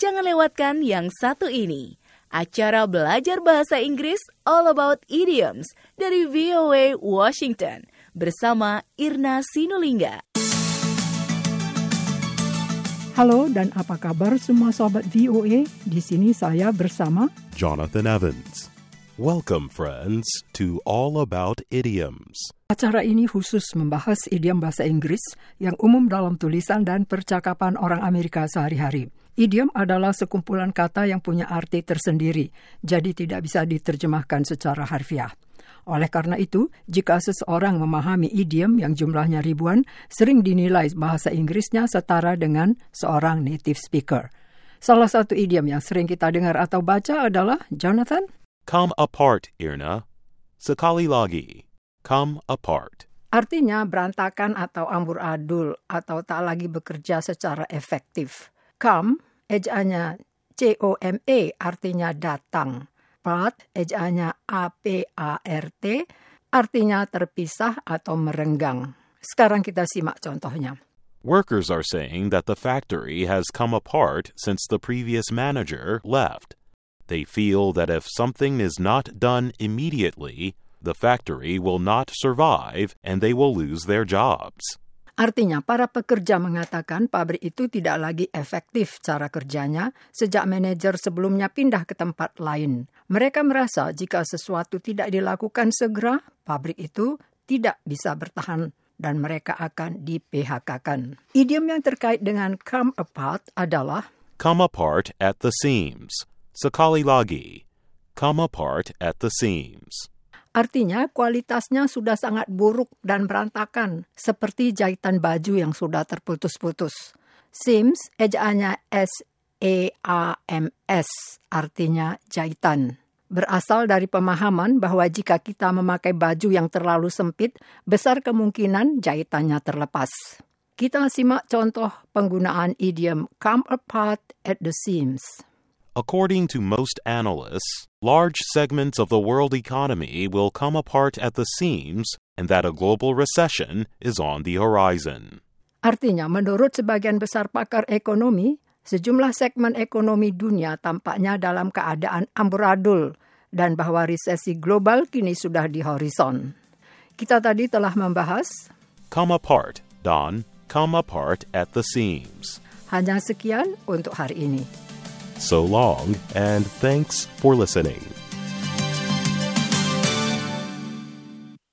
Jangan lewatkan yang satu ini. Acara belajar bahasa Inggris All About Idioms dari VOA Washington bersama Irna Sinulinga. Halo dan apa kabar semua sobat VOA? Di sini saya bersama Jonathan Evans. Welcome friends to All About Idioms. Acara ini khusus membahas idiom bahasa Inggris yang umum dalam tulisan dan percakapan orang Amerika sehari-hari. Idiom adalah sekumpulan kata yang punya arti tersendiri, jadi tidak bisa diterjemahkan secara harfiah. Oleh karena itu, jika seseorang memahami idiom yang jumlahnya ribuan, sering dinilai bahasa Inggrisnya setara dengan seorang native speaker. Salah satu idiom yang sering kita dengar atau baca adalah, Jonathan? Come apart, Irna. Sekali lagi. Come apart. Artinya berantakan atau amburadul atau tak lagi bekerja secara efektif. Come, ejaannya C-O-M-E, artinya datang. Part, ejaannya A-P-A-R-T, artinya terpisah atau merenggang. Sekarang kita simak contohnya. Workers are saying that the factory has come apart since the previous manager left. They feel that if something is not done immediately, the factory will not survive and they will lose their jobs. Artinya, para pekerja mengatakan pabrik itu tidak lagi efektif cara kerjanya sejak manajer sebelumnya pindah ke tempat lain. Mereka merasa jika sesuatu tidak dilakukan segera, pabrik itu tidak bisa bertahan dan mereka akan di-PHK-kan. Idiom yang terkait dengan come apart adalah Come apart at the seams. Sekali lagi. Come apart at the seams. Artinya kualitasnya sudah sangat buruk dan berantakan, seperti jahitan baju yang sudah terputus-putus. Seams, ejaannya S-E-A-M-S, artinya jahitan. Berasal dari pemahaman bahwa jika kita memakai baju yang terlalu sempit, besar kemungkinan jahitannya terlepas. Kita simak contoh penggunaan idiom come apart at the seams. According to most analysts, large segments of the world economy will come apart at the seams and that a global recession is on the horizon. Artinya, menurut sebagian besar pakar ekonomi, sejumlah segmen ekonomi dunia tampaknya dalam keadaan amburadul dan bahwa resesi global kini sudah di horizon. Kita tadi telah membahas Come apart, Don. Come apart at the seams. Hanya sekian untuk hari ini. So long, and thanks for listening.